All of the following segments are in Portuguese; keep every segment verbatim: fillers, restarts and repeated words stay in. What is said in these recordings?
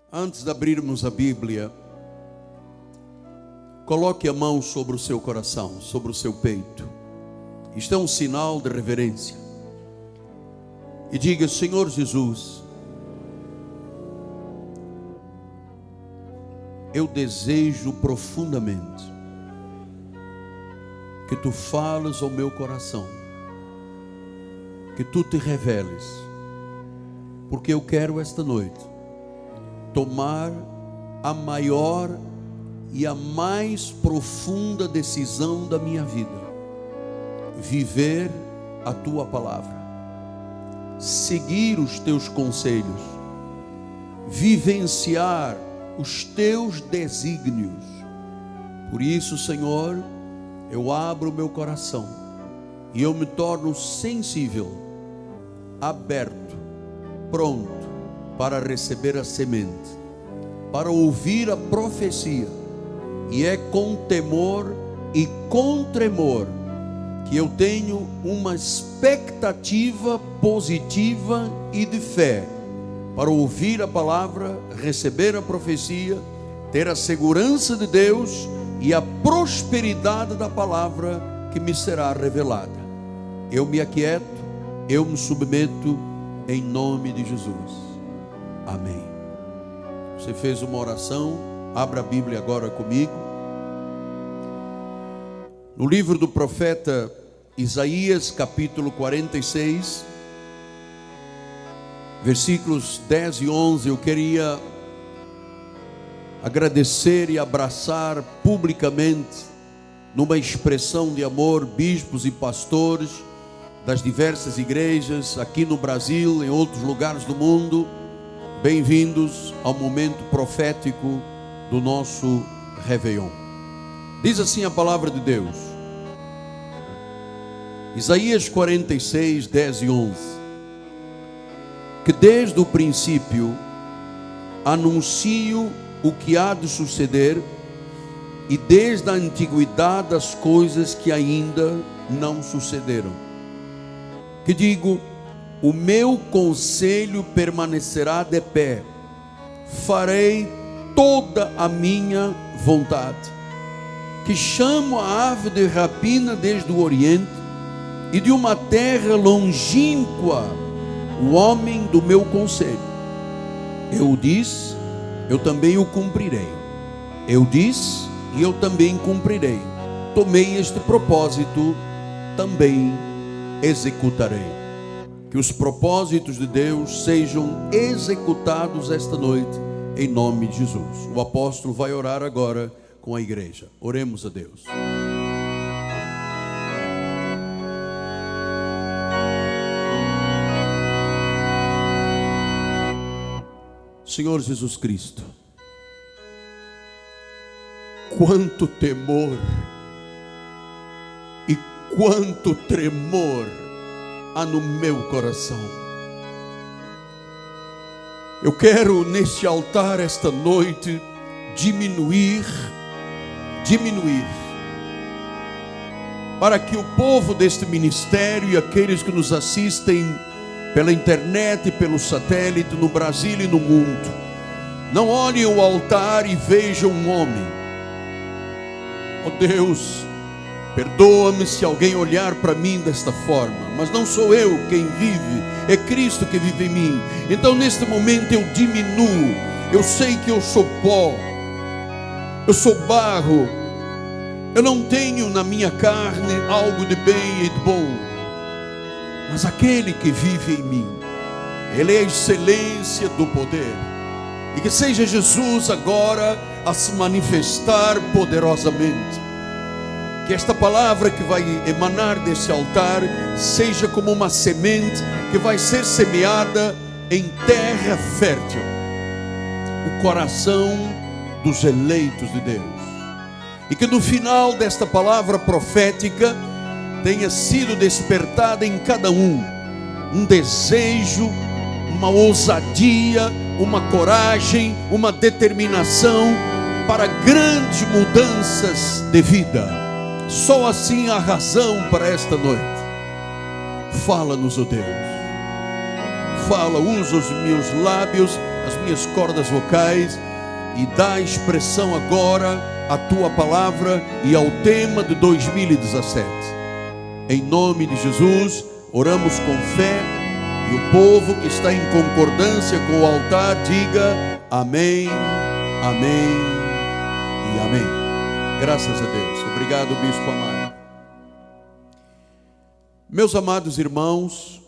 Antes de abrirmos a Bíblia, coloque a mão sobre o seu coração, sobre o seu peito. Isto é um sinal de reverência. E diga: Senhor Jesus, eu desejo profundamente que Tu fales ao meu coração, que Tu te reveles, porque eu quero esta noite tomar a maior e a mais profunda decisão da minha vida: viver a Tua palavra, seguir os Teus conselhos, vivenciar os Teus desígnios. Por isso, Senhor, eu abro o meu coração e eu me torno sensível, aberto, pronto para receber a semente, para ouvir a profecia. E é com temor e com tremor que eu tenho uma expectativa positiva e de fé para ouvir a palavra, receber a profecia, ter a segurança de Deus e a prosperidade da palavra que me será revelada. Eu me aquieto, eu me submeto em nome de Jesus. Amém. Você fez uma oração, abra a Bíblia agora comigo. No livro do profeta Isaías, capítulo quarenta e seis, versículos dez e onze, eu queria agradecer e abraçar publicamente, numa expressão de amor, bispos e pastores das diversas igrejas aqui no Brasil, em outros lugares do mundo. Bem-vindos ao momento profético do nosso Réveillon. Diz assim a palavra de Deus, Isaías quarenta e seis, dez e onze: que desde o princípio anuncio o que há de suceder, e desde a antiguidade as coisas que ainda não sucederam. Que digo: o meu conselho permanecerá de pé, farei toda a minha vontade. Que chamo a ave de rapina desde o Oriente, e de uma terra longínqua o homem do meu conselho. Eu o disse, eu também o cumprirei. Eu disse e eu também cumprirei. Tomei este propósito, também executarei. Que os propósitos de Deus sejam executados esta noite, em nome de Jesus. O apóstolo vai orar agora com a igreja. Oremos a Deus. Senhor Jesus Cristo, quanto temor e quanto tremor há no meu coração. Eu quero neste altar esta noite diminuir, diminuir, para que o povo deste ministério e aqueles que nos assistem pela internet, pelo satélite, no Brasil e no mundo, não olhem o altar e vejam um homem. Oh Deus, perdoa-me se alguém olhar para mim desta forma, mas não sou eu quem vive, é Cristo que vive em mim. Então neste momento eu diminuo. Eu sei que eu sou pó, eu sou barro, eu não tenho na minha carne algo de bem e de bom, mas aquele que vive em mim, Ele é a excelência do poder. E que seja Jesus agora a se manifestar poderosamente. Que esta palavra que vai emanar desse altar seja como uma semente que vai ser semeada em terra fértil, o coração dos eleitos de Deus. E que no final desta palavra profética tenha sido despertada em cada um um desejo, uma ousadia, uma coragem, uma determinação para grandes mudanças de vida. Só assim há razão para esta noite. Fala-nos, ó Deus. Fala, usa os meus lábios as minhas cordas vocais e dá expressão agora à tua palavra e ao tema de dois mil e dezessete. Em nome de Jesus, oramos com fé, e o povo que está em concordância com o altar diga amém, amém e amém. Graças a Deus. Obrigado, bispo amado. Meus amados irmãos,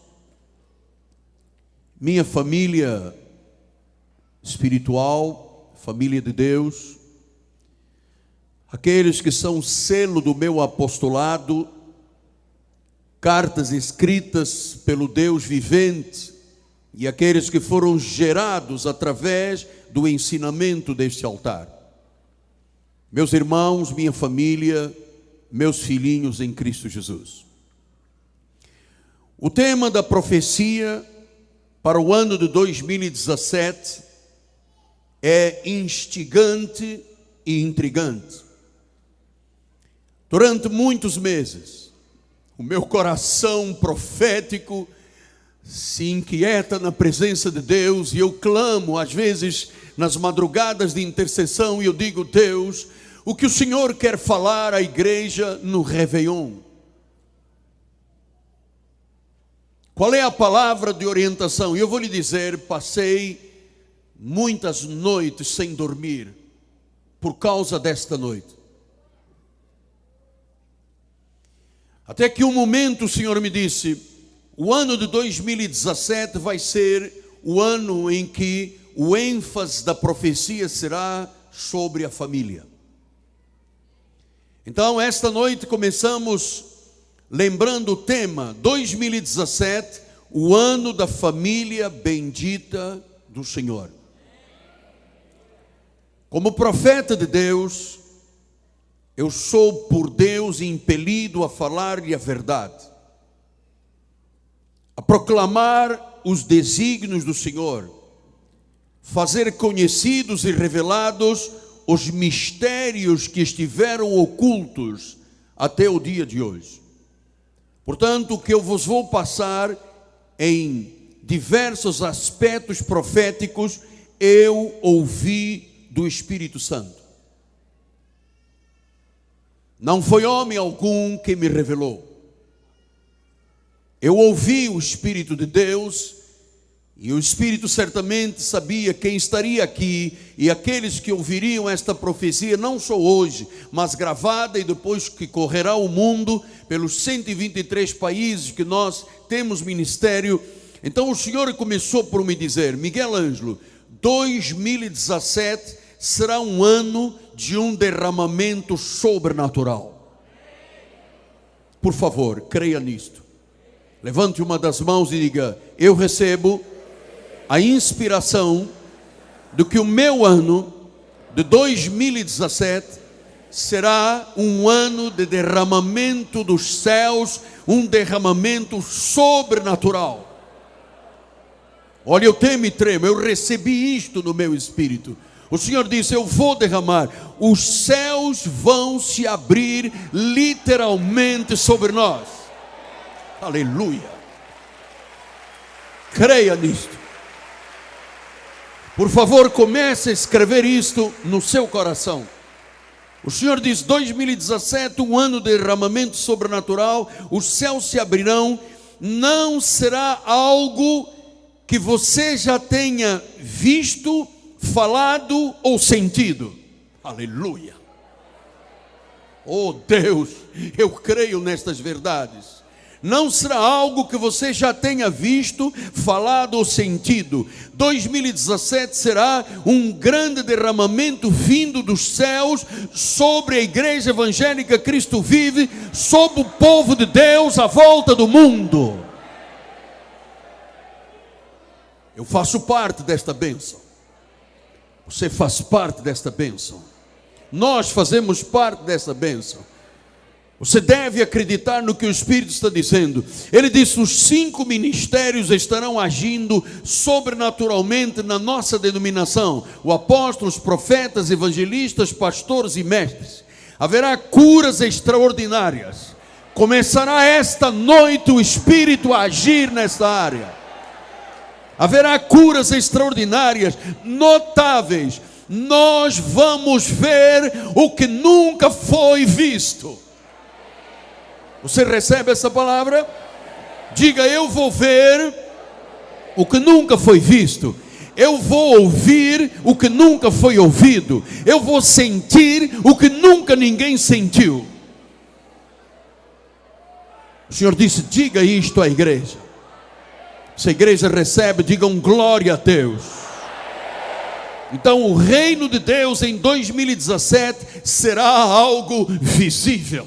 minha família espiritual, família de Deus, aqueles que são selo do meu apostolado, cartas escritas pelo Deus vivente, e aqueles que foram gerados através do ensinamento deste altar. Meus irmãos, minha família, meus filhinhos em Cristo Jesus. O tema da profecia para o ano de dois mil e dezessete é instigante e intrigante. Durante muitos meses, o meu coração profético se inquieta na presença de Deus, e eu clamo, às vezes, nas madrugadas de intercessão, e eu digo: Deus, o que o Senhor quer falar à igreja no Réveillon? Qual é a palavra de orientação? E eu vou lhe dizer, passei muitas noites sem dormir por causa desta noite. Até que um momento o Senhor me disse: o ano de dois mil e dezessete vai ser o ano em que o ênfase da profecia será sobre a família. Então, esta noite começamos lembrando o tema dois mil e dezessete, o ano da família bendita do Senhor. Como profeta de Deus, eu sou por Deus impelido a falar-lhe a verdade, a proclamar os desígnios do Senhor, fazer conhecidos e revelados os mistérios que estiveram ocultos até o dia de hoje. Portanto, o que eu vos vou passar em diversos aspectos proféticos, eu ouvi do Espírito Santo. Não foi homem algum que me revelou. Eu ouvi o Espírito de Deus, e o Espírito certamente sabia quem estaria aqui, e aqueles que ouviriam esta profecia, não só hoje, mas gravada e depois que correrá o mundo, pelos cento e vinte e três países que nós temos ministério. Então o Senhor começou por me dizer: Miguel Ângelo, dois mil e dezessete será um ano de um derramamento sobrenatural. Por favor, creia nisto. Levante uma das mãos e diga: eu recebo a inspiração de que o meu ano de dois mil e dezessete será um ano de derramamento dos céus, um derramamento sobrenatural. Olha, eu temo e tremo, eu recebi isto no meu espírito. O Senhor disse: eu vou derramar, os céus vão se abrir literalmente sobre nós. Aleluia. Creia nisto. Por favor, comece a escrever isto no seu coração. O Senhor diz: dois mil e dezessete, um ano de derramamento sobrenatural, os céus se abrirão. Não será algo que você já tenha visto, falado ou sentido. Aleluia. Oh Deus, eu creio nestas verdades. Não será algo que você já tenha visto, falado ou sentido. dois mil e dezessete será um grande derramamento vindo dos céus sobre a igreja evangélica Cristo Vive, sobre o povo de Deus à volta do mundo. Eu faço parte desta bênção. Você faz parte desta bênção. Nós fazemos parte dessa bênção. Você deve acreditar no que o Espírito está dizendo. Ele disse: os cinco ministérios estarão agindo sobrenaturalmente na nossa denominação: o apóstolos, profetas, evangelistas, pastores e mestres. Haverá curas extraordinárias. Começará esta noite o Espírito a agir nesta área. haverá curas extraordinárias, notáveis. Nós vamos ver o que nunca foi visto. Você recebe essa palavra? Diga: eu vou ver o que nunca foi visto. Eu vou ouvir o que nunca foi ouvido. Eu vou sentir o que nunca ninguém sentiu. O Senhor disse: diga isto à igreja. Se a igreja recebe, digam glória a Deus. Então o reino de Deus em dois mil e dezessete será algo visível.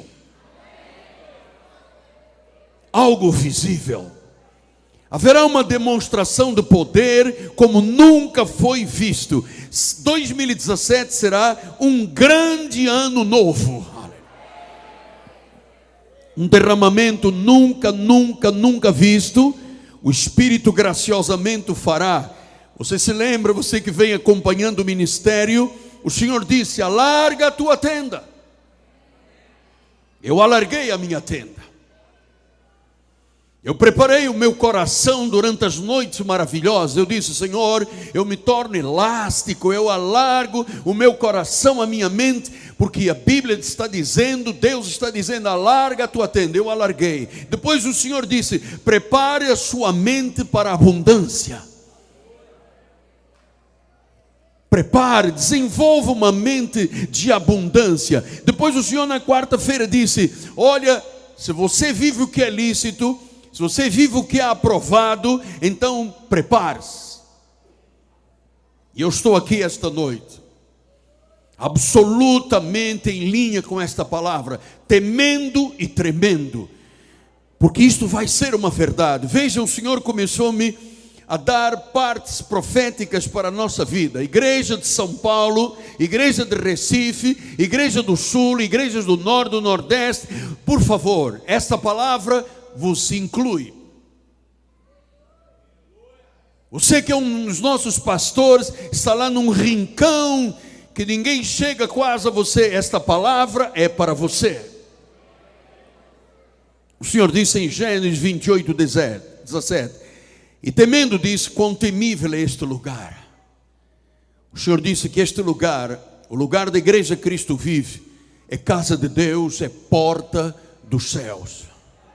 Algo visível. Haverá uma demonstração de poder como nunca foi visto. dois mil e dezessete será um grande ano novo. Um derramamento nunca, nunca, nunca visto. O Espírito graciosamente o fará. Você se lembra, você que vem acompanhando o ministério, o Senhor disse: alarga a tua tenda. Eu alarguei a minha tenda. Eu preparei o meu coração durante as noites maravilhosas. Eu disse: Senhor, eu me torno elástico, eu alargo o meu coração, a minha mente, porque a Bíblia está dizendo, Deus está dizendo: alarga a tua tenda. Eu alarguei. Depois o Senhor disse: prepare a sua mente para a abundância. Prepare, desenvolva uma mente de abundância. Depois o Senhor na quarta-feira disse: olha, se você vive o que é lícito, se você vive o que é aprovado, então prepare-se. E eu estou aqui esta noite, absolutamente em linha com esta palavra, temendo e tremendo, porque isto vai ser uma verdade. Veja, o Senhor começou-me a dar partes proféticas para a nossa vida. Igreja de São Paulo, igreja de Recife, igreja do Sul, igrejas do Norte, do Nordeste. Por favor, esta palavra vos inclui. Você que é um dos nossos pastores, está lá num rincão que ninguém chega quase a você, esta palavra é para você. O Senhor disse em Gênesis vinte e oito, dezessete: e temendo disse: quão temível é este lugar. O Senhor disse que este lugar, o lugar da igreja Cristo vive, é casa de Deus, é porta dos céus.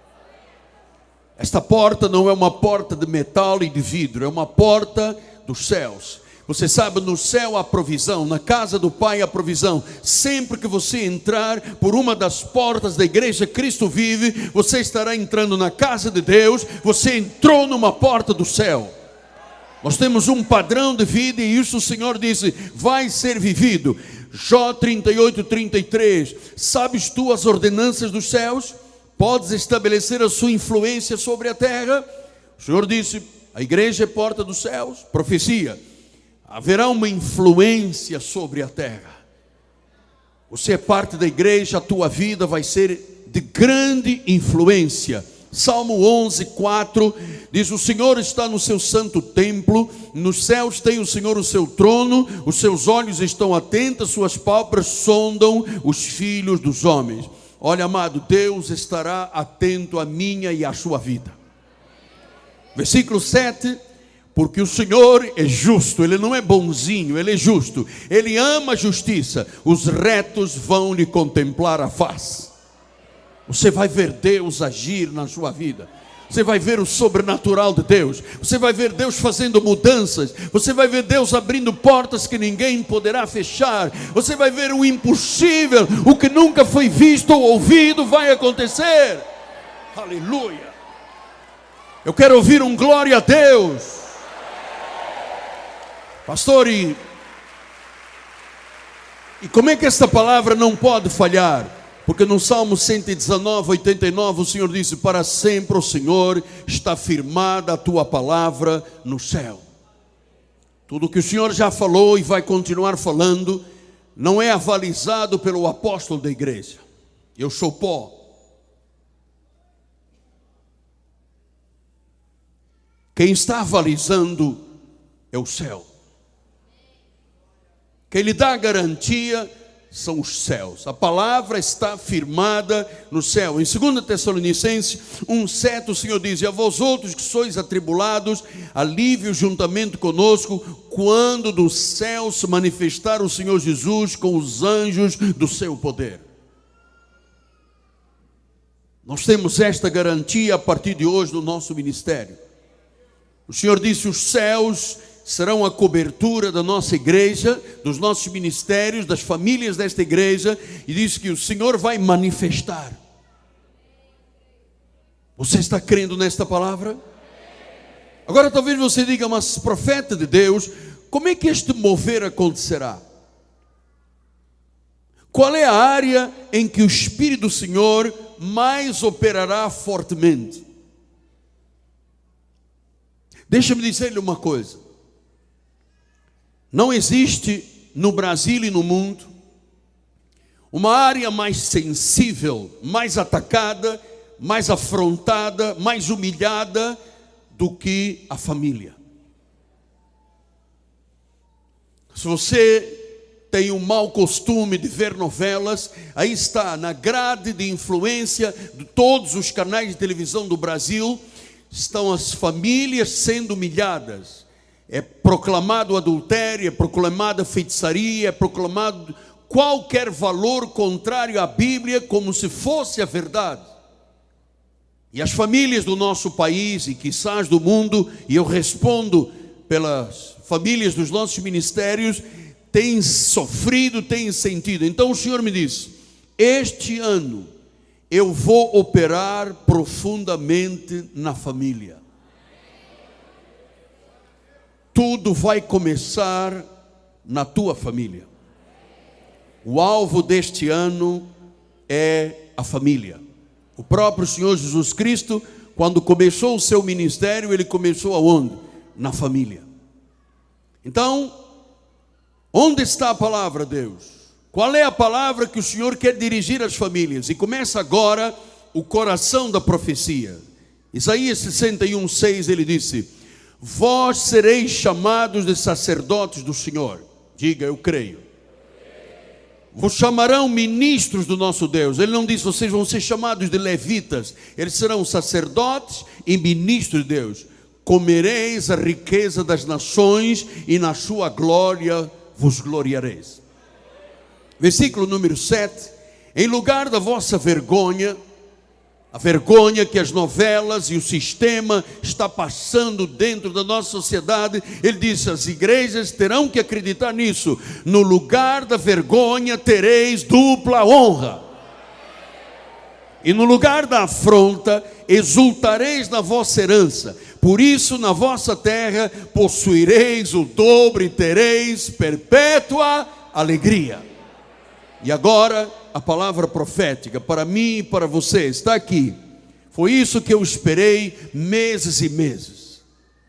Esta porta não é uma porta de metal e de vidro, é uma porta dos céus. Você sabe, no céu há provisão, na casa do Pai há provisão. Sempre que você entrar por uma das portas da igreja Cristo vive, você estará entrando na casa de Deus, você entrou numa porta do céu. Nós temos um padrão de vida e isso o Senhor disse, vai ser vivido. Jó trinta e oito, trinta e três, sabes tu as ordenanças dos céus? Podes estabelecer a sua influência sobre a terra? O Senhor disse, a igreja é porta dos céus, profecia. Haverá uma influência sobre a terra. Você é parte da igreja, a tua vida vai ser de grande influência. Salmo onze, quatro diz: o Senhor está no seu santo templo, nos céus tem o Senhor o seu trono, os seus olhos estão atentos, suas pálpebras sondam os filhos dos homens. Olha, amado, Deus estará atento à minha e à sua vida. Versículo sete: porque o Senhor é justo, Ele não é bonzinho, Ele é justo, Ele ama a justiça, os retos vão lhe contemplar a face. Você vai ver Deus agir na sua vida, você vai ver o sobrenatural de Deus, você vai ver Deus fazendo mudanças, você vai ver Deus abrindo portas que ninguém poderá fechar, você vai ver o impossível, o que nunca foi visto ou ouvido vai acontecer. Aleluia! Eu quero ouvir um glória a Deus. Pastor, e, e como é que esta palavra não pode falhar? Porque no Salmo cento e dezenove, oitenta e nove, o Senhor disse: para sempre o Senhor está firmada a tua palavra no céu. Tudo que o Senhor já falou e vai continuar falando, não é avalizado pelo apóstolo da igreja. Eu sou pó. Quem está avalizando é o céu. Quem lhe dá a garantia são os céus. A palavra está firmada no céu. Em segunda Tessalonicenses um sete, o Senhor diz: e a vós outros que sois atribulados, alívio juntamente conosco, quando do céu se manifestar o Senhor Jesus com os anjos do seu poder. Nós temos esta garantia a partir de hoje no nosso ministério. O Senhor disse: os céus serão a cobertura da nossa igreja, dos nossos ministérios, das famílias desta igreja, e diz que o Senhor vai manifestar. Você está crendo nesta palavra? Agora talvez você diga: mas profeta de Deus, como é que este mover acontecerá? Qual é a área em que o Espírito do Senhor mais operará fortemente? Deixa-me dizer-lhe uma coisa. Não existe no Brasil e no mundo uma área mais sensível, mais atacada, mais afrontada, mais humilhada do que a família. Se você tem um mau costume de ver novelas, aí está, na grade de influência de todos os canais de televisão do Brasil, estão as famílias sendo humilhadas. É proclamado adultério, é proclamada feitiçaria, é proclamado qualquer valor contrário à Bíblia como se fosse a verdade. E as famílias do nosso país e quizás do mundo, e eu respondo pelas famílias dos nossos ministérios, têm sofrido, têm sentido. Então o Senhor me diz: este ano eu vou operar profundamente na família. Tudo vai começar na tua família. O alvo deste ano é a família. O próprio Senhor Jesus Cristo, quando começou o seu ministério, ele começou aonde? Na família. Então, onde está a palavra, Deus? Qual é a palavra que o Senhor quer dirigir às famílias? E começa agora o coração da profecia. Isaías sessenta e um, seis, ele disse: vós sereis chamados de sacerdotes do Senhor. Diga: eu creio. Vos chamarão ministros do nosso Deus. Ele não disse: vocês vão ser chamados de levitas. Eles serão sacerdotes e ministros de Deus. Comereis a riqueza das nações e na sua glória vos gloriareis. Versículo número sete. Em lugar da vossa vergonha, a vergonha que as novelas e o sistema está passando dentro da nossa sociedade, ele disse: as igrejas terão que acreditar nisso. No lugar da vergonha tereis dupla honra, e no lugar da afronta exultareis na vossa herança. Por isso na vossa terra possuireis o dobro e tereis perpétua alegria. E agora a palavra profética para mim e para você está aqui. Foi isso que eu esperei meses e meses.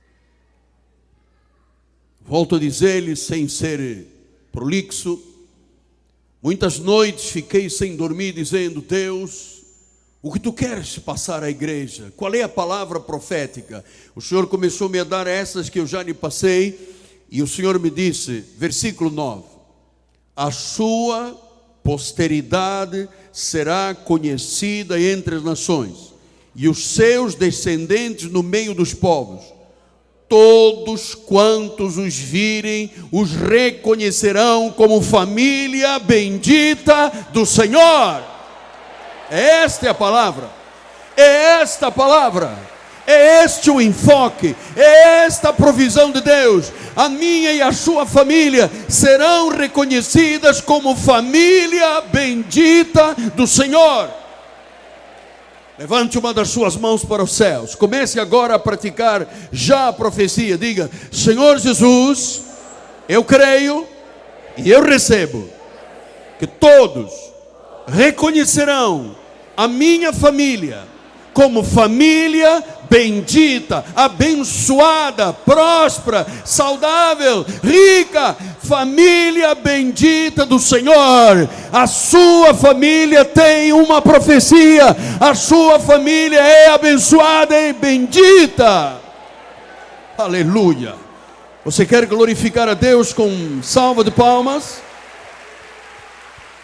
Volto a dizer-lhe, sem ser prolixo, muitas noites fiquei sem dormir dizendo: Deus, o que tu queres passar à igreja? Qual é a palavra profética? O Senhor começou-me a dar essas que eu já lhe passei, e o Senhor me disse, versículo nove: a sua posteridade será conhecida entre as nações, e os seus descendentes no meio dos povos. Todos quantos os virem, os reconhecerão como família bendita do Senhor. Esta é a palavra, é esta a palavra, é este o enfoque, é esta a provisão de Deus. A minha e a sua família serão reconhecidas como família bendita do Senhor. Levante uma das suas mãos para os céus. Comece agora a praticar já a profecia. Diga: Senhor Jesus, eu creio e eu recebo que todos reconhecerão a minha família como família bendita, abençoada, próspera, saudável, rica, família bendita do Senhor. A sua família tem uma profecia, a sua família é abençoada e bendita. Aleluia. Você quer glorificar a Deus com salva de palmas?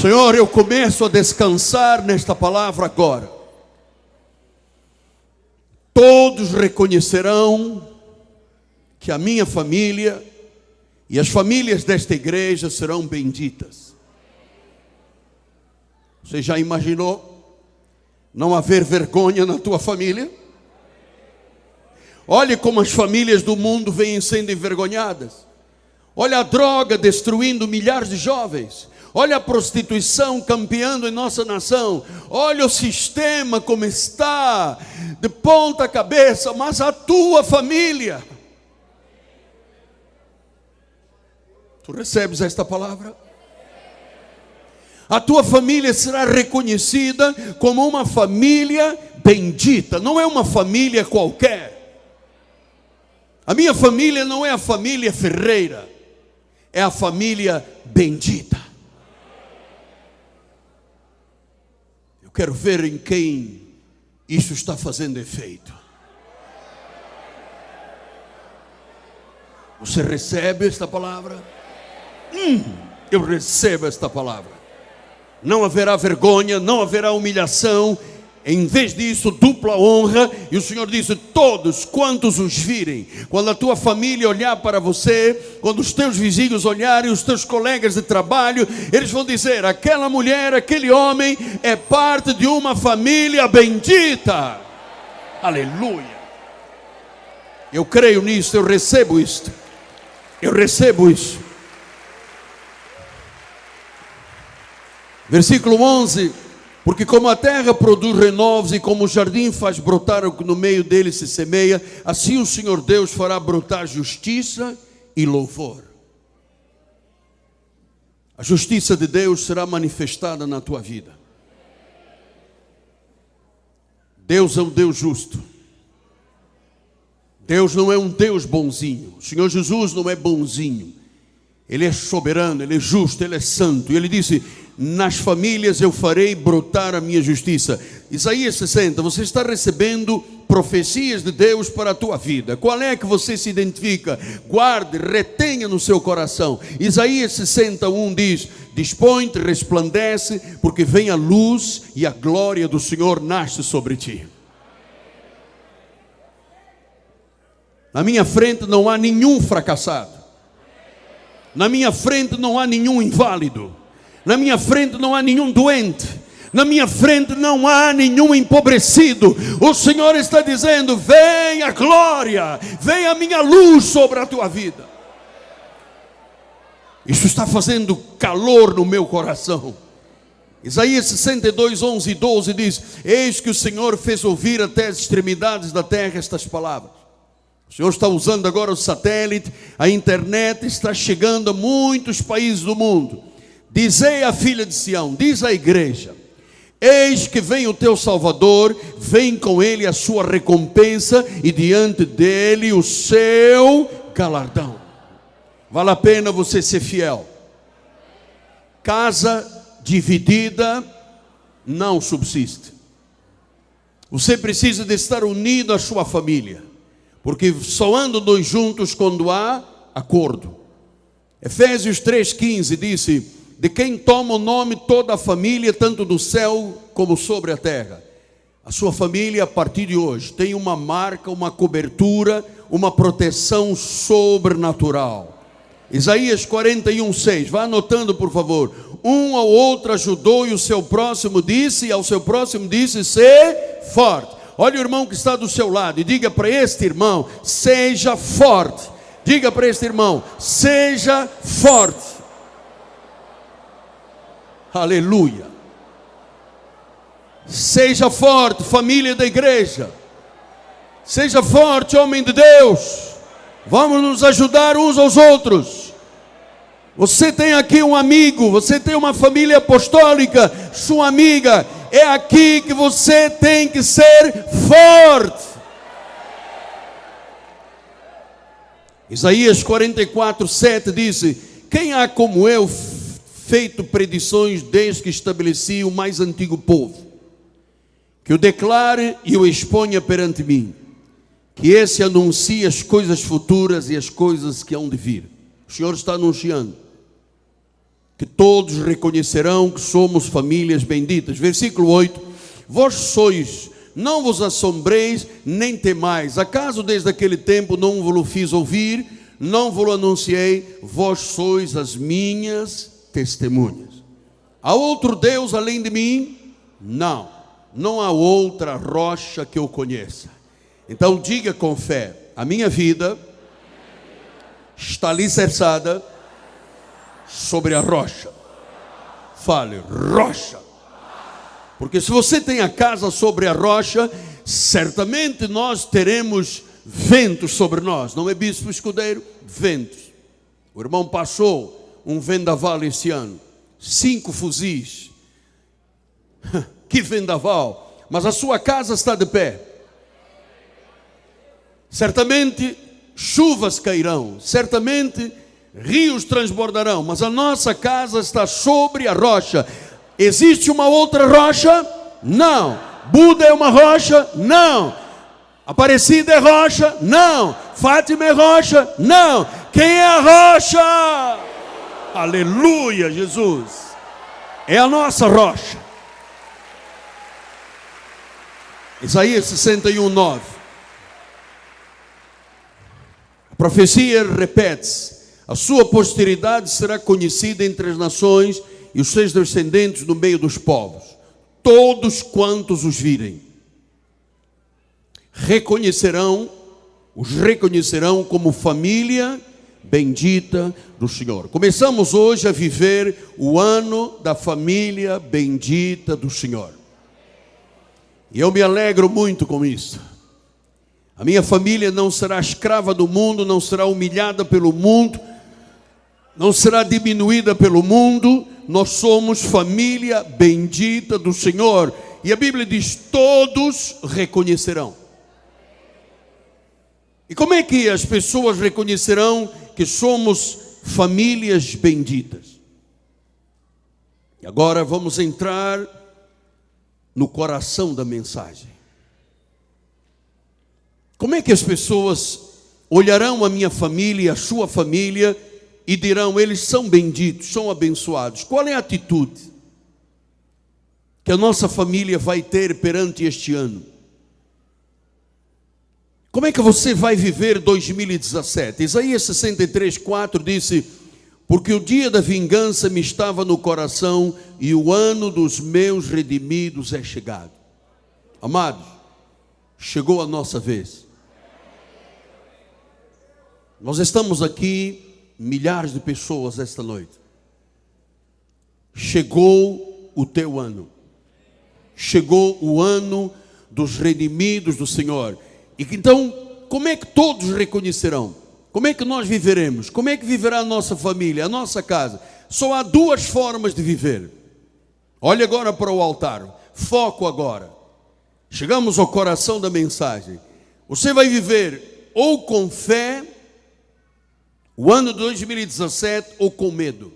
Senhor, eu começo a descansar nesta palavra agora. Todos reconhecerão que a minha família e as famílias desta igreja serão benditas. Você já imaginou não haver vergonha na tua família? Olhe como as famílias do mundo vêm sendo envergonhadas. Olha a droga destruindo milhares de jovens. Olha a prostituição campeando em nossa nação. Olha o sistema como está, de ponta cabeça, mas a tua família. Tu recebes esta palavra? A tua família será reconhecida como uma família bendita. Não é uma família qualquer. A minha família não é a família Ferreira. É a família bendita. Eu quero ver em quem isso está fazendo efeito. Você recebe esta palavra? Hum, eu recebo esta palavra. Não haverá vergonha, não haverá humilhação. Em vez disso, dupla honra. E o Senhor disse: todos quantos os virem, quando a tua família olhar para você, quando os teus vizinhos olharem, os teus colegas de trabalho, eles vão dizer: aquela mulher, aquele homem é parte de uma família bendita. Aleluia. Eu creio nisso, eu recebo isto. Eu recebo isso. Versículo onze. Porque como a terra produz renovos e como o jardim faz brotar o que no meio dele se semeia, assim o Senhor Deus fará brotar justiça e louvor. A justiça de Deus será manifestada na tua vida. Deus é um Deus justo. Deus não é um Deus bonzinho. O Senhor Jesus não é bonzinho. Ele é soberano, Ele é justo, Ele é santo. E Ele disse: nas famílias eu farei brotar a minha justiça. Isaías sessenta, você está recebendo profecias de Deus para a tua vida. Qual é que você se identifica? Guarde, retenha no seu coração. Isaías sessenta, um diz: dispõe-te, resplandece, porque vem a luz e a glória do Senhor nasce sobre ti. Na minha frente não há nenhum fracassado. Na minha frente não há nenhum inválido. Na minha frente não há nenhum doente. Na minha frente não há nenhum empobrecido. O Senhor está dizendo: vem a glória, vem a minha luz sobre a tua vida. Isso está fazendo calor no meu coração. Isaías sessenta e dois, onze e doze diz: eis que o Senhor fez ouvir até as extremidades da terra estas palavras. O Senhor está usando agora o satélite, a internet está chegando a muitos países do mundo. Dizei à filha de Sião, diz à igreja: eis que vem o teu Salvador, vem com ele a sua recompensa e diante dele o seu galardão. Vale a pena você ser fiel. Casa dividida não subsiste. Você precisa de estar unido à sua família, porque só andam dois juntos quando há acordo. Efésios três, quinze disse: de quem toma o nome toda a família, tanto do céu como sobre a terra. A sua família, a partir de hoje, tem uma marca, uma cobertura, uma proteção sobrenatural. Isaías quarenta e um, seis, vá anotando por favor. Um ao outro ajudou e o seu próximo disse, e ao seu próximo disse: sê forte. Olha o irmão que está do seu lado e diga para este irmão: seja forte. Diga para este irmão: seja forte. Aleluia. Seja forte, família da igreja. Seja forte, homem de Deus. Vamos nos ajudar uns aos outros. Você tem aqui um amigo, você tem uma família apostólica, sua amiga. É aqui que você tem que ser forte. Isaías quarenta e quatro, sete disse: quem há como eu feito predições desde que estabeleci o mais antigo povo, que o declare e o exponha perante mim, que esse anuncie as coisas futuras e as coisas que hão de vir. O Senhor está anunciando. que todos reconhecerão que somos famílias benditas. Versículo oito: vós sois, não vos assombreis, nem temais. Acaso desde aquele tempo não vos fiz ouvir, não vos anunciei? Vós sois as minhas testemunhas. Há outro Deus além de mim? Não, não há outra rocha que eu conheça. Então diga com fé: a minha vida está alicerçada sobre a rocha. Fale, rocha. Porque se você tem a casa sobre a rocha, certamente nós teremos ventos sobre nós. Não é, Bispo Escudeiro? Ventos. O irmão passou um vendaval esse ano. Cinco fuzis. Que vendaval. Mas a sua casa está de pé. Certamente chuvas cairão. Certamente rios transbordarão, mas a nossa casa está sobre a rocha. Existe uma outra rocha? Não. Buda é uma rocha? Não. Aparecida é rocha? Não. Fátima é rocha? Não. Quem é a rocha? Aleluia, Jesus. É a nossa rocha. Isaías sessenta e um, nove. A profecia repete-se: a sua posteridade será conhecida entre as nações e os seus descendentes no meio dos povos. Todos quantos os virem reconhecerão, os reconhecerão como família bendita do Senhor. Começamos hoje a viver o ano da família bendita do Senhor. E eu me alegro muito com isso. A minha família não será escrava do mundo, não será humilhada pelo mundo, não será diminuída pelo mundo. Nós somos família bendita do Senhor. E a Bíblia diz: todos reconhecerão. E como é que as pessoas reconhecerão que somos famílias benditas? E agora vamos entrar no coração da mensagem. Como é que as pessoas olharão a minha família, a sua família, e dirão: eles são benditos, são abençoados? Qual é a atitude que a nossa família vai ter perante este ano? Como é que você vai viver dois mil e dezessete? Isaías sessenta e três, quatro disse: porque o dia da vingança me estava no coração e o ano dos meus redimidos é chegado. Amados, chegou a nossa vez. Nós estamos aqui, milhares de pessoas esta noite. Chegou o teu ano. Chegou o ano dos redimidos do Senhor. E então, como é que todos reconhecerão? Como é que nós viveremos? Como é que viverá a nossa família, a nossa casa? Só há duas formas de viver. Olhe agora para o altar. Foco agora. Chegamos ao coração da mensagem. Você vai viver ou com fé o ano de dois mil e dezessete, ou com medo.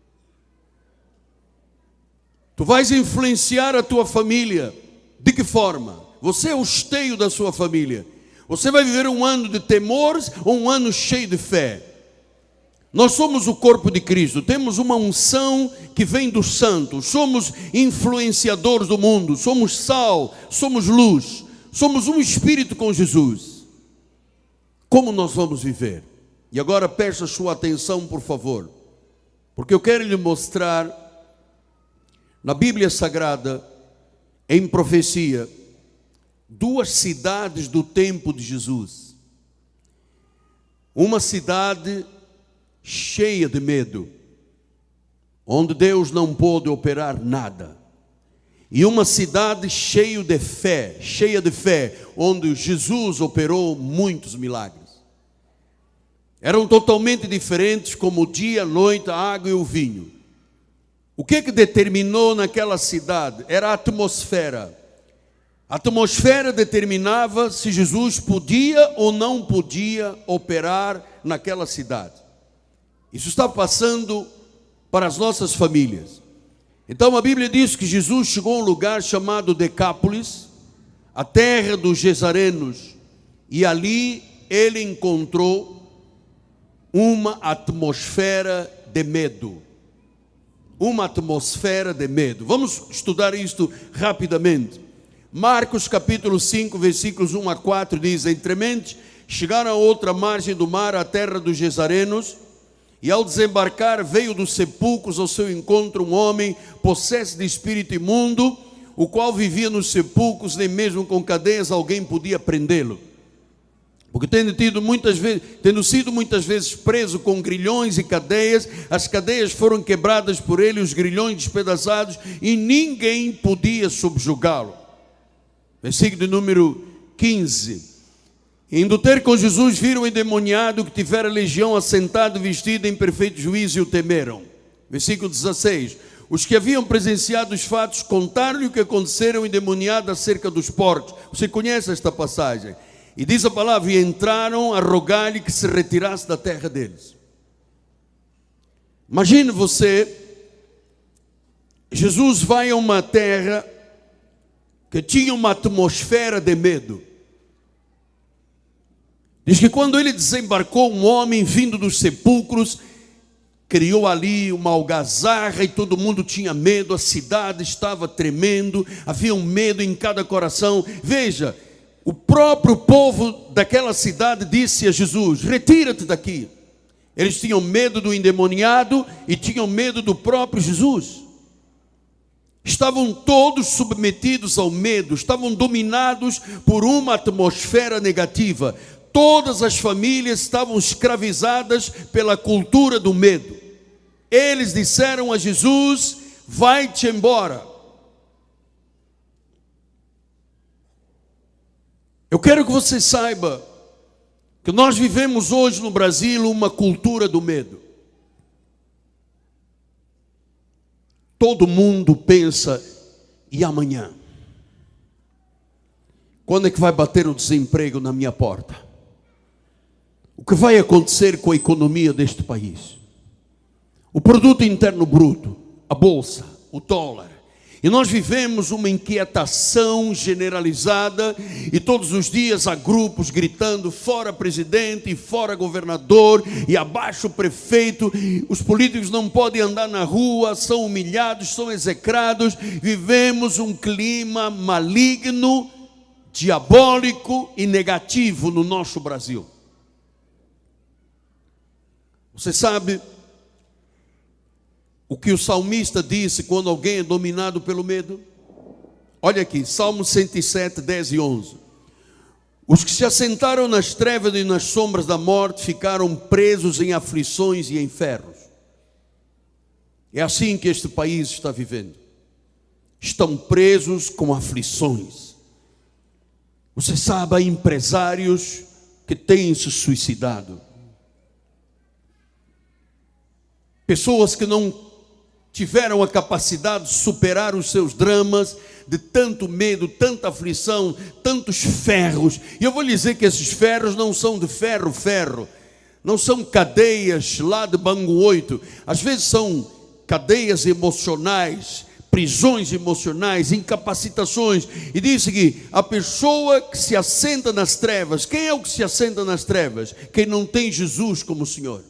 Tu vais influenciar a tua família. De que forma? Você é o esteio da sua família. Você vai viver um ano de temores ou um ano cheio de fé? Nós somos o corpo de Cristo. Temos uma unção que vem dos santos. Somos influenciadores do mundo. Somos sal, somos luz. Somos um espírito com Jesus. Como nós vamos viver? E agora peça a sua atenção, por favor, porque eu quero lhe mostrar na Bíblia Sagrada, em profecia, duas cidades do tempo de Jesus. Uma cidade cheia de medo, onde Deus não pôde operar nada. E uma cidade cheia de fé, cheia de fé, onde Jesus operou muitos milagres. Eram totalmente diferentes, como o dia, a noite, a água e o vinho. O que que determinou naquela cidade? Era a atmosfera. A atmosfera determinava se Jesus podia ou não podia operar naquela cidade. Isso está passando para as nossas famílias. Então a Bíblia diz que Jesus chegou a um lugar chamado Decápolis, a terra dos Gesarenos, e ali ele encontrou uma atmosfera de medo. uma atmosfera de medo. Vamos estudar isto rapidamente. Marcos capítulo cinco, versículos um a quatro diz: entremente chegaram a outra margem do mar, a terra dos Gesarenos, e ao desembarcar veio dos sepulcros ao seu encontro um homem possesso de espírito imundo, o qual vivia nos sepulcros, nem mesmo com cadeias alguém podia prendê-lo. Porque tendo, tido muitas vezes, tendo sido muitas vezes preso com grilhões e cadeias, as cadeias foram quebradas por ele, os grilhões despedaçados, e ninguém podia subjugá-lo. Versículo de número quinze. Indo ter com Jesus, viram o endemoniado que tivera legião assentado, vestido em perfeito juízo, e o temeram. Versículo dezesseis. Os que haviam presenciado os fatos contaram-lhe o que acontecera ao endemoniado acerca dos porcos. Você conhece esta passagem? E diz a palavra: e entraram a rogar-lhe que se retirasse da terra deles. Imagine você, Jesus vai a uma terra que tinha uma atmosfera de medo. Diz que quando ele desembarcou, um homem vindo dos sepulcros criou ali uma algazarra e todo mundo tinha medo, a cidade estava tremendo, havia um medo em cada coração. Veja, o próprio povo daquela cidade disse a Jesus: retira-te daqui. Eles tinham medo do endemoniado e tinham medo do próprio Jesus. Estavam todos submetidos ao medo, estavam dominados por uma atmosfera negativa. Todas as famílias estavam escravizadas pela cultura do medo. Eles disseram a Jesus: vai-te embora. Eu quero que você saiba que nós vivemos hoje no Brasil uma cultura do medo. Todo mundo pensa: e amanhã? Quando é que vai bater o desemprego na minha porta? O que vai acontecer com a economia deste país? O produto interno bruto, a bolsa, o dólar. E nós vivemos uma inquietação generalizada, e todos os dias há grupos gritando: fora presidente, e fora governador, e abaixo prefeito. Os políticos não podem andar na rua, são humilhados, são execrados. Vivemos um clima maligno, diabólico e negativo no nosso Brasil. Você sabe o que o salmista disse quando alguém é dominado pelo medo? Olha aqui, Salmo cento e sete, dez e onze. Os que se assentaram nas trevas e nas sombras da morte ficaram presos em aflições e em ferros. É assim que este país está vivendo. Estão presos com aflições. Você sabe, há empresários que têm se suicidado. Pessoas que não tiveram a capacidade de superar os seus dramas, de tanto medo, tanta aflição, tantos ferros. E eu vou lhe dizer que esses ferros não são de ferro, ferro. Não são cadeias lá de Bangu oito. Às vezes são cadeias emocionais, prisões emocionais, incapacitações. E diz que a pessoa que se assenta nas trevas, quem é o que se assenta nas trevas? Quem não tem Jesus como Senhor.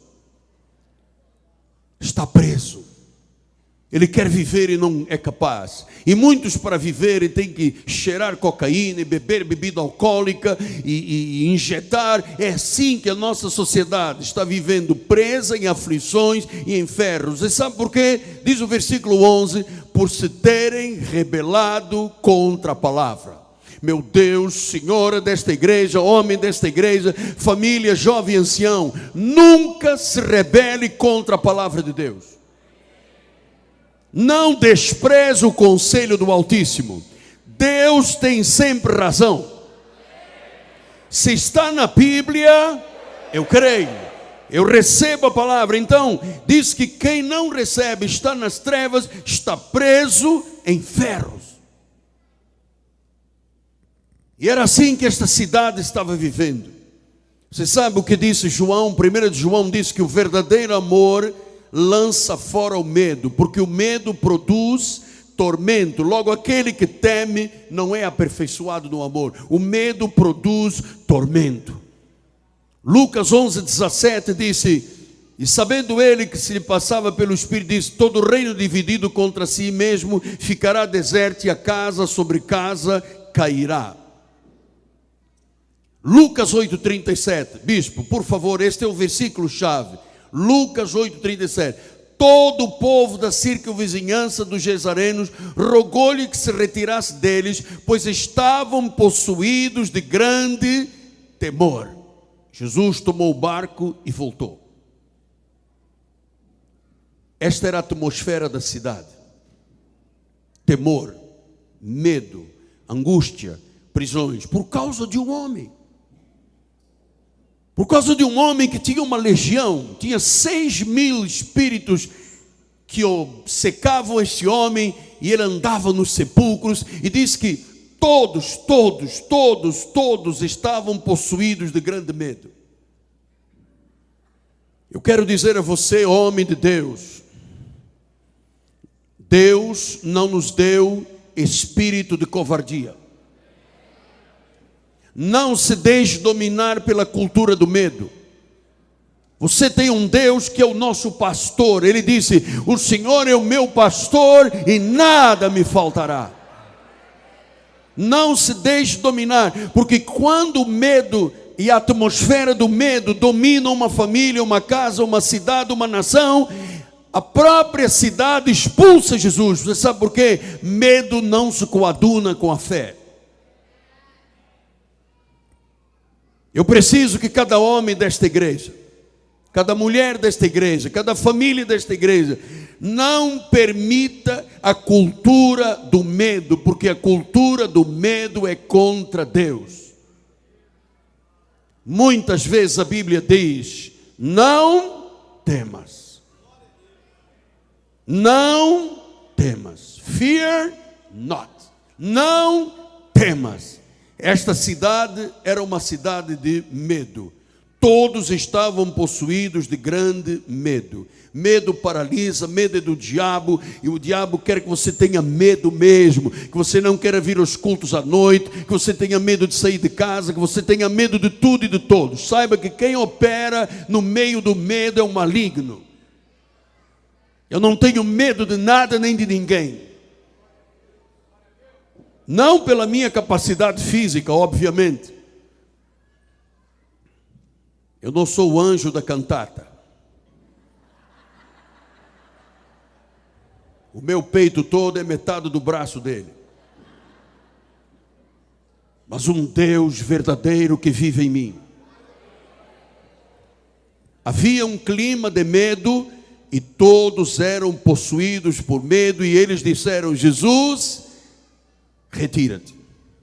Está preso. Ele quer viver e não é capaz. E muitos, para viverem, têm que cheirar cocaína e beber bebida alcoólica e, e injetar. É assim que a nossa sociedade está vivendo, presa em aflições e em ferros. E sabe por quê? Diz o versículo onze: por se terem rebelado contra a palavra. Meu Deus, senhora desta igreja, homem desta igreja, família, jovem, ancião, nunca se rebele contra a palavra de Deus. Não despreze o conselho do Altíssimo. Deus tem sempre razão. Se está na Bíblia, eu creio, eu recebo a palavra. Então, diz que quem não recebe está nas trevas, está preso em ferros. E era assim que esta cidade estava vivendo. Você sabe o que disse João? primeiro de João diz que o verdadeiro amor lança fora o medo, porque o medo produz tormento. Logo, aquele que teme não é aperfeiçoado no amor. O medo produz tormento. Lucas onze, dezessete disse: E sabendo ele que se lhe passava pelo Espírito, disse: todo reino dividido contra si mesmo ficará deserto, e a casa sobre casa cairá. Lucas oito, trinta e sete, bispo, por favor, este é o versículo chave. Lucas oito, trinta e sete. Todo o povo da circunvizinhança dos Gesarenos rogou-lhe que se retirasse deles, pois estavam possuídos de grande temor. Jesus tomou o barco e voltou. Esta era a atmosfera da cidade: temor, medo, angústia, prisões, por causa de um homem. Por causa de um homem que tinha uma legião, tinha seis mil espíritos que obcecavam este homem, e ele andava nos sepulcros, e diz que todos, todos, todos, todos estavam possuídos de grande medo. Eu quero dizer a você, homem de Deus, Deus não nos deu espírito de covardia. Não se deixe dominar pela cultura do medo. Você tem um Deus que é o nosso pastor. Ele disse: o Senhor é o meu pastor e nada me faltará. Não se deixe dominar, porque quando o medo e a atmosfera do medo dominam uma família, uma casa, uma cidade, uma nação, a própria cidade expulsa Jesus. Você sabe por quê? Medo não se coaduna com a fé. Eu preciso que cada homem desta igreja, cada mulher desta igreja, cada família desta igreja, não permita a cultura do medo, porque a cultura do medo é contra Deus. Muitas vezes a Bíblia diz: não temas. Não temas. Fear not. Não temas. Esta cidade era uma cidade de medo. Todos estavam possuídos de grande medo. Medo paralisa, medo é do diabo, e o diabo quer que você tenha medo mesmo, que você não queira vir aos cultos à noite, que você tenha medo de sair de casa, que você tenha medo de tudo e de todos. Saiba que quem opera no meio do medo é um maligno. Eu não tenho medo de nada nem de ninguém. Não pela minha capacidade física, obviamente. Eu não sou o anjo da cantata. O meu peito todo é metade do braço dele. Mas um Deus verdadeiro que vive em mim. Havia um clima de medo e todos eram possuídos por medo, e eles disseram: Jesus, retira-te.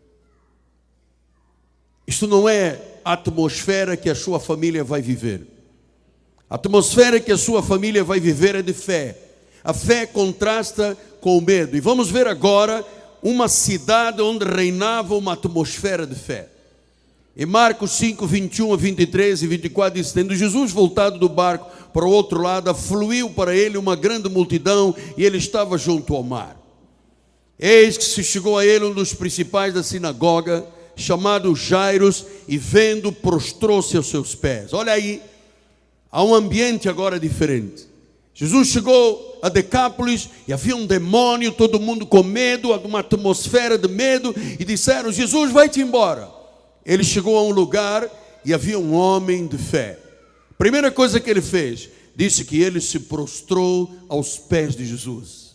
Isto não é a atmosfera que a sua família vai viver. A atmosfera que a sua família vai viver é de fé. A fé contrasta com o medo. E vamos ver agora uma cidade onde reinava uma atmosfera de fé. Em Marcos cinco, vinte e um a vinte e três e vinte e quatro diz: tendo Jesus voltado do barco para o outro lado, afluiu para ele uma grande multidão, e ele estava junto ao mar. Eis que se chegou a ele um dos principais da sinagoga, chamado Jairus, e vendo, prostrou-se aos seus pés. Olha aí, há um ambiente agora diferente. Jesus chegou a Decápolis e havia um demônio, todo mundo com medo, uma atmosfera de medo, e disseram: Jesus, vai-te embora. Ele chegou a um lugar e havia um homem de fé. Primeira coisa que ele fez, disse que ele se prostrou aos pés de Jesus.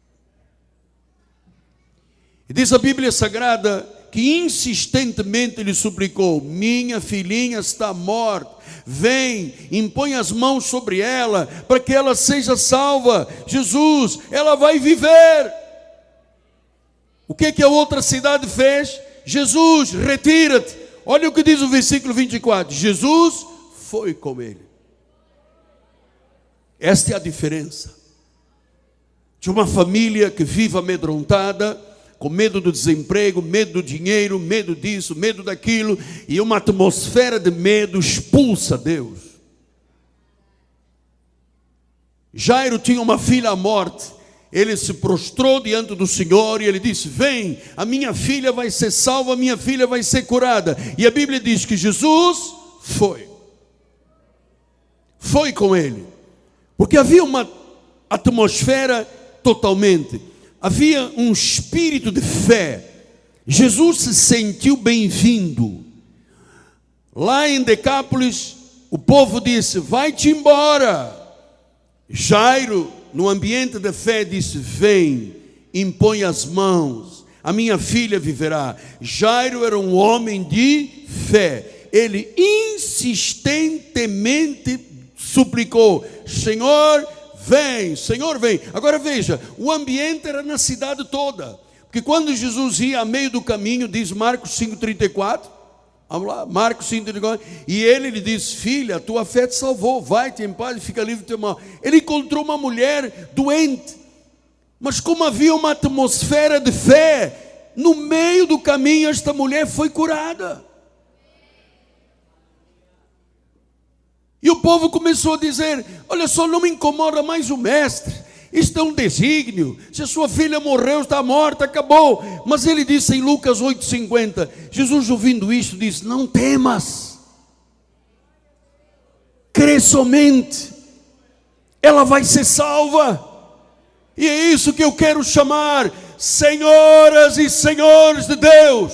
E diz a Bíblia Sagrada que insistentemente lhe suplicou: minha filhinha está morta, vem, impõe as mãos sobre ela, para que ela seja salva. Jesus, ela vai viver. O que que a outra cidade fez? Jesus, retira-te. Olha o que diz o versículo vinte e quatro. Jesus foi com ele. Esta é a diferença de uma família que vive amedrontada, com medo do desemprego, medo do dinheiro, medo disso, medo daquilo, e uma atmosfera de medo expulsa Deus. Jairo tinha uma filha à morte. Ele se prostrou diante do Senhor e ele disse: vem, a minha filha vai ser salva, a minha filha vai ser curada. E a Bíblia diz que Jesus foi. foi com ele, porque havia uma atmosfera totalmente, havia um espírito de fé. Jesus se sentiu bem-vindo. Lá em Decápolis, o povo disse: vai-te embora. Jairo, no ambiente da fé, disse: vem, impõe as mãos, a minha filha viverá. Jairo era um homem de fé. Ele insistentemente suplicou: Senhor, vem, Senhor, vem. Agora veja, o ambiente era na cidade toda, porque quando Jesus ia a meio do caminho, diz Marcos cinco, trinta e quatro, vamos lá, Marcos cinco, trinta e quatro, e ele lhe disse: filha, a tua fé te salvou, vai-te em paz e fica livre do teu mal. Ele encontrou uma mulher doente, mas como havia uma atmosfera de fé, no meio do caminho esta mulher foi curada. E o povo começou a dizer: olha só, não me incomoda mais o mestre, isto é um desígnio, se a sua filha morreu, está morta, acabou. Mas ele disse em Lucas oito, cinquenta, Jesus ouvindo isto disse: não temas, crê somente, ela vai ser salva. E é isso que eu quero chamar, senhoras e senhores de Deus,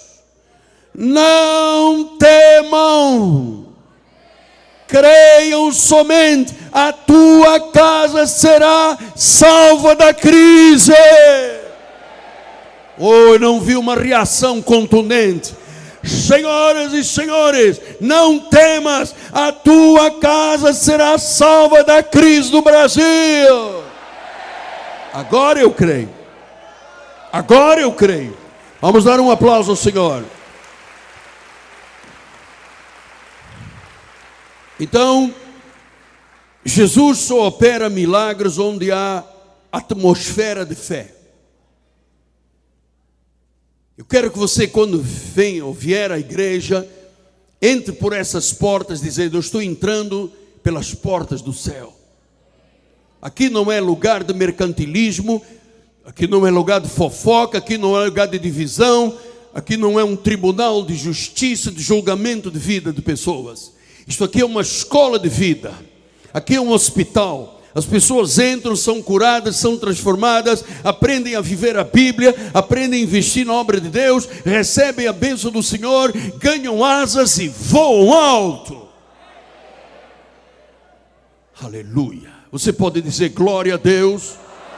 não temam, creiam somente, a tua casa será salva da crise. Oh, eu não vi uma reação contundente. Senhoras e senhores, não temas, a tua casa será salva da crise do Brasil. Agora eu creio, agora eu creio. Vamos dar um aplauso ao Senhor. Então, Jesus só opera milagres onde há atmosfera de fé. Eu quero que você, quando venha ou vier à igreja, entre por essas portas dizendo: eu estou entrando pelas portas do céu. Aqui não é lugar de mercantilismo, aqui não é lugar de fofoca, aqui não é lugar de divisão, aqui não é um tribunal de justiça, de julgamento de vida de pessoas. Isto aqui é uma escola de vida, aqui é um hospital. As pessoas entram, são curadas, são transformadas, aprendem a viver a Bíblia, aprendem a investir na obra de Deus, recebem a bênção do Senhor, ganham asas e voam alto. Aleluia. Você pode dizer glória a Deus?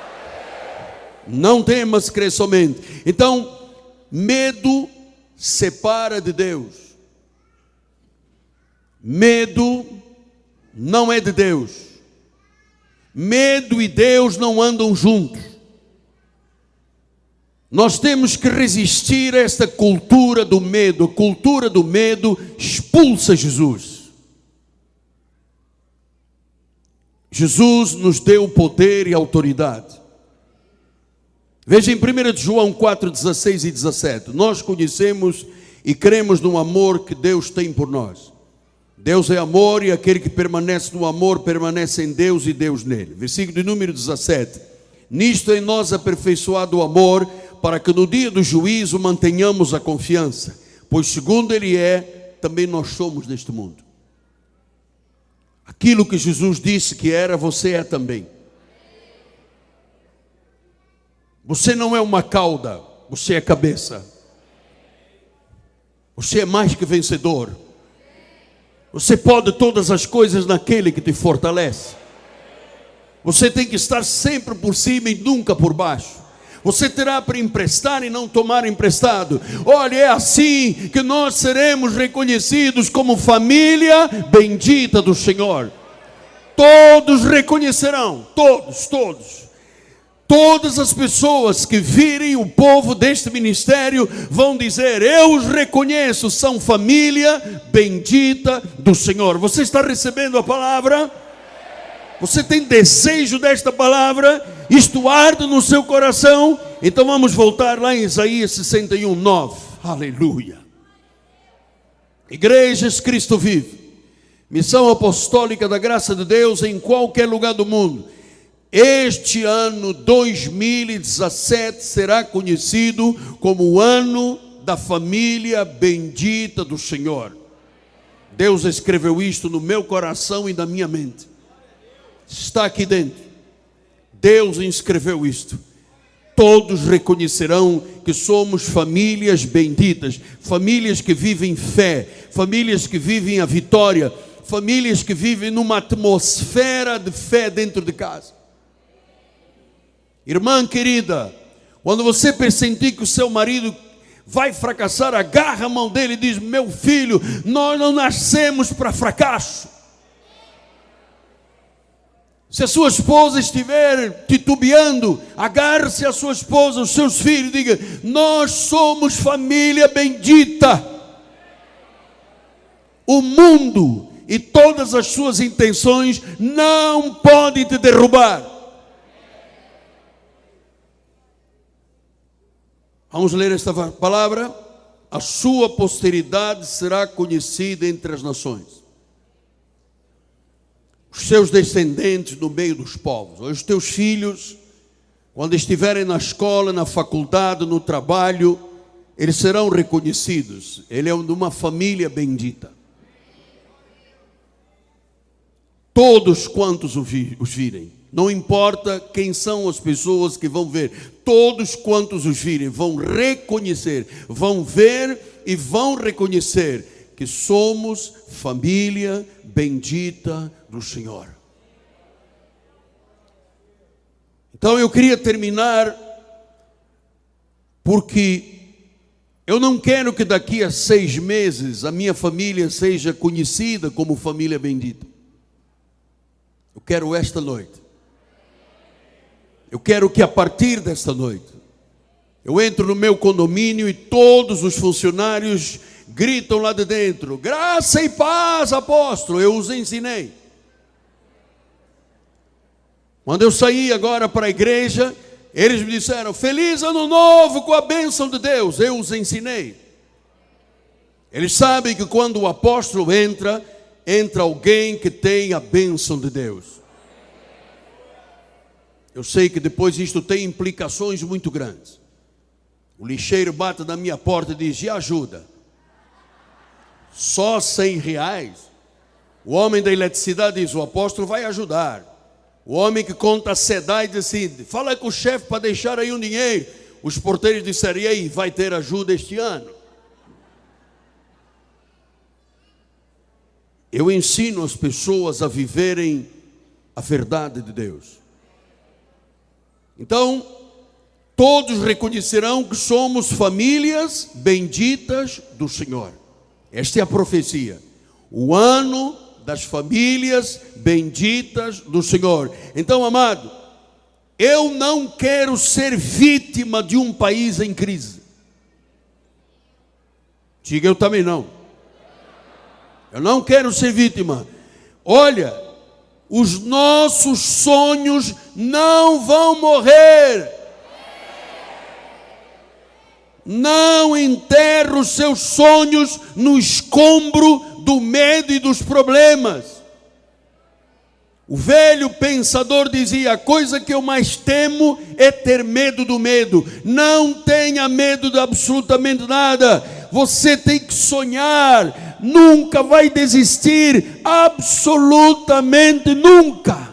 Não temas, crê somente. Então, medo separa de Deus. Medo não é de Deus. Medo e Deus não andam juntos. Nós temos que resistir a esta cultura do medo. A cultura do medo expulsa Jesus. Jesus nos deu poder e autoridade. Veja em primeira João quatro, dezesseis e dezessete. Nós conhecemos e cremos no amor que Deus tem por nós. Deus é amor e aquele que permanece no amor permanece em Deus e Deus nele. Versículo de número dezessete. Nisto em nós aperfeiçoado o amor, para que no dia do juízo mantenhamos a confiança. Pois segundo Ele é, também nós somos neste mundo. Aquilo que Jesus disse que era, você é também. Você não é uma cauda, você é cabeça. Você é mais que vencedor. Você pode todas as coisas naquele que te fortalece. Você tem que estar sempre por cima e nunca por baixo. Você terá para emprestar e não tomar emprestado. Olha, é assim que nós seremos reconhecidos como família bendita do Senhor. Todos reconhecerão, todos, todos. Todas as pessoas que virem o povo deste ministério vão dizer: eu os reconheço, são família bendita do Senhor. Você está recebendo a palavra? Você tem desejo desta palavra? Isto arde no seu coração? Então vamos voltar lá em Isaías sessenta e um, nove. Aleluia. Igrejas Cristo vive. Missão apostólica da graça de Deus em qualquer lugar do mundo. Este ano dois mil e dezessete será conhecido como o ano da família bendita do Senhor. Deus escreveu isto no meu coração e na minha mente. Está aqui dentro. Deus escreveu isto. Todos reconhecerão que somos famílias benditas, famílias que vivem fé, famílias que vivem a vitória, famílias que vivem numa atmosfera de fé dentro de casa. Irmã querida, quando você pressentir que o seu marido vai fracassar, agarra a mão dele e diz: meu filho, nós não nascemos para fracasso. Se a sua esposa estiver titubeando, agarre-se a sua esposa, os seus filhos, e diga: nós somos família bendita. O mundo e todas as suas intenções não podem te derrubar. Vamos ler esta palavra. A sua posteridade será conhecida entre as nações, os seus descendentes no meio dos povos. Os teus filhos, quando estiverem na escola, na faculdade, no trabalho, eles serão reconhecidos. Ele é de uma família bendita. Todos quantos os virem, não importa quem são as pessoas que vão ver, todos quantos os virem vão reconhecer, vão ver e vão reconhecer que somos família bendita do Senhor. Então eu queria terminar, porque eu não quero que daqui a seis meses a minha família seja conhecida como família bendita. Eu quero esta noite. Eu quero que a partir desta noite eu entro no meu condomínio e todos os funcionários gritam lá de dentro: graça e paz, apóstolo. Eu os ensinei. Quando eu saí agora para a igreja, eles me disseram: feliz ano novo com a bênção de Deus. Eu os ensinei. Eles sabem que quando o apóstolo entra, entra alguém que tem a bênção de Deus. Eu sei que depois isto tem implicações muito grandes. O lixeiro bate na minha porta e diz: e ajuda? Só cem reais? O homem da eletricidade diz: o apóstolo vai ajudar. O homem que conta a SEDAI diz assim: fala com o chefe para deixar aí um dinheiro. Os porteiros disseram: e aí, vai ter ajuda este ano? Eu ensino as pessoas a viverem a verdade de Deus. Então, todos reconhecerão que somos famílias benditas do Senhor. Esta é a profecia. O ano das famílias benditas do Senhor. Então, amado, eu não quero ser vítima de um país em crise. Diga: eu também não. Eu não quero ser vítima. Olha, os nossos sonhos não vão morrer. Não enterre os seus sonhos no escombro do medo e dos problemas. O velho pensador dizia: a coisa que eu mais temo é ter medo do medo. Não tenha medo de absolutamente nada. Você tem que sonhar. Nunca vai desistir. Absolutamente nunca.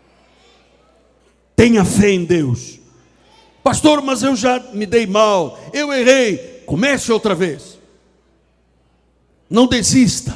Tenha fé em Deus. Pastor, mas eu já me dei mal, eu errei. Comece outra vez. Não desista.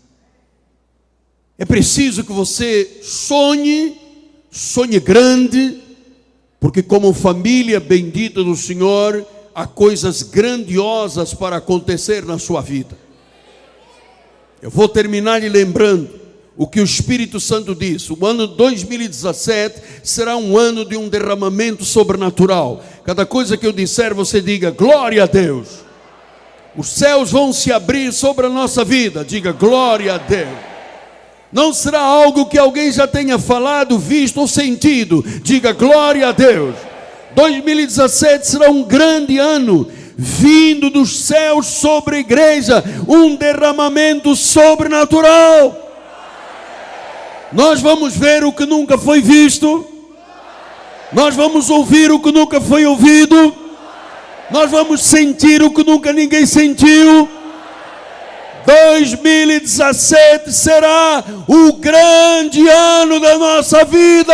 É preciso que você sonhe, sonhe grande, porque como família bendita do Senhor, há coisas grandiosas para acontecer na sua vida. Eu vou terminar lhe lembrando o que o Espírito Santo diz. O ano dois mil e dezessete será um ano de um derramamento sobrenatural. Cada coisa que eu disser, você diga: glória a Deus. Os céus vão se abrir sobre a nossa vida. Diga: glória a Deus. Não será algo que alguém já tenha falado, visto ou sentido. Diga: glória a Deus. dois mil e dezessete será um grande ano, vindo dos céus sobre a igreja, um derramamento sobrenatural. Nós vamos ver o que nunca foi visto. Nós vamos ouvir o que nunca foi ouvido. Nós vamos sentir o que nunca ninguém sentiu. dois mil e dezessete será o grande ano da nossa vida.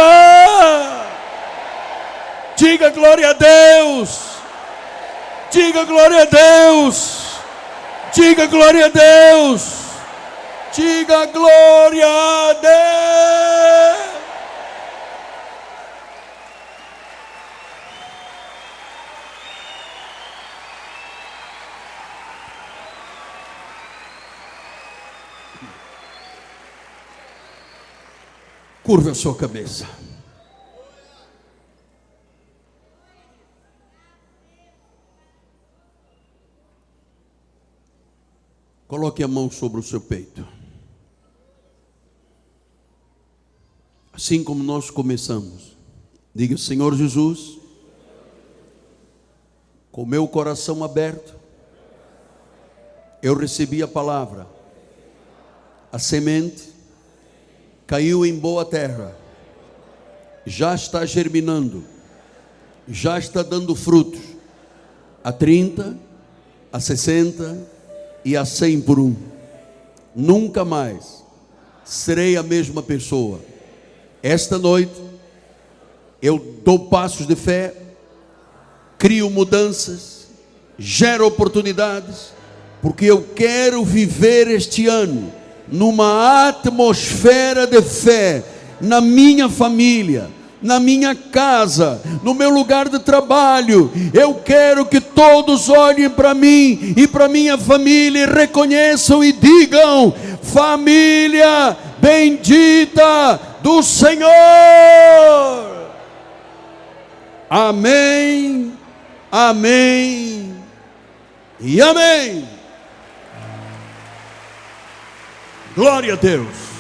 Diga glória a Deus. Diga glória a Deus. Diga glória a Deus. Diga glória a Deus. Curva a sua cabeça. Coloque a mão sobre o seu peito. Assim como nós começamos, diga: Senhor Jesus, com meu coração aberto, eu recebi a palavra, a semente caiu em boa terra, já está germinando, já está dando frutos, a trinta, a sessenta e a cem por um. Nunca mais serei a mesma pessoa. Esta noite eu dou passos de fé, crio mudanças, gero oportunidades, porque eu quero viver este ano numa atmosfera de fé, na minha família, na minha casa, no meu lugar de trabalho. Eu quero que todos olhem para mim e para minha família e reconheçam e digam: família bendita do Senhor. Amém, amém e amém. Glória a Deus.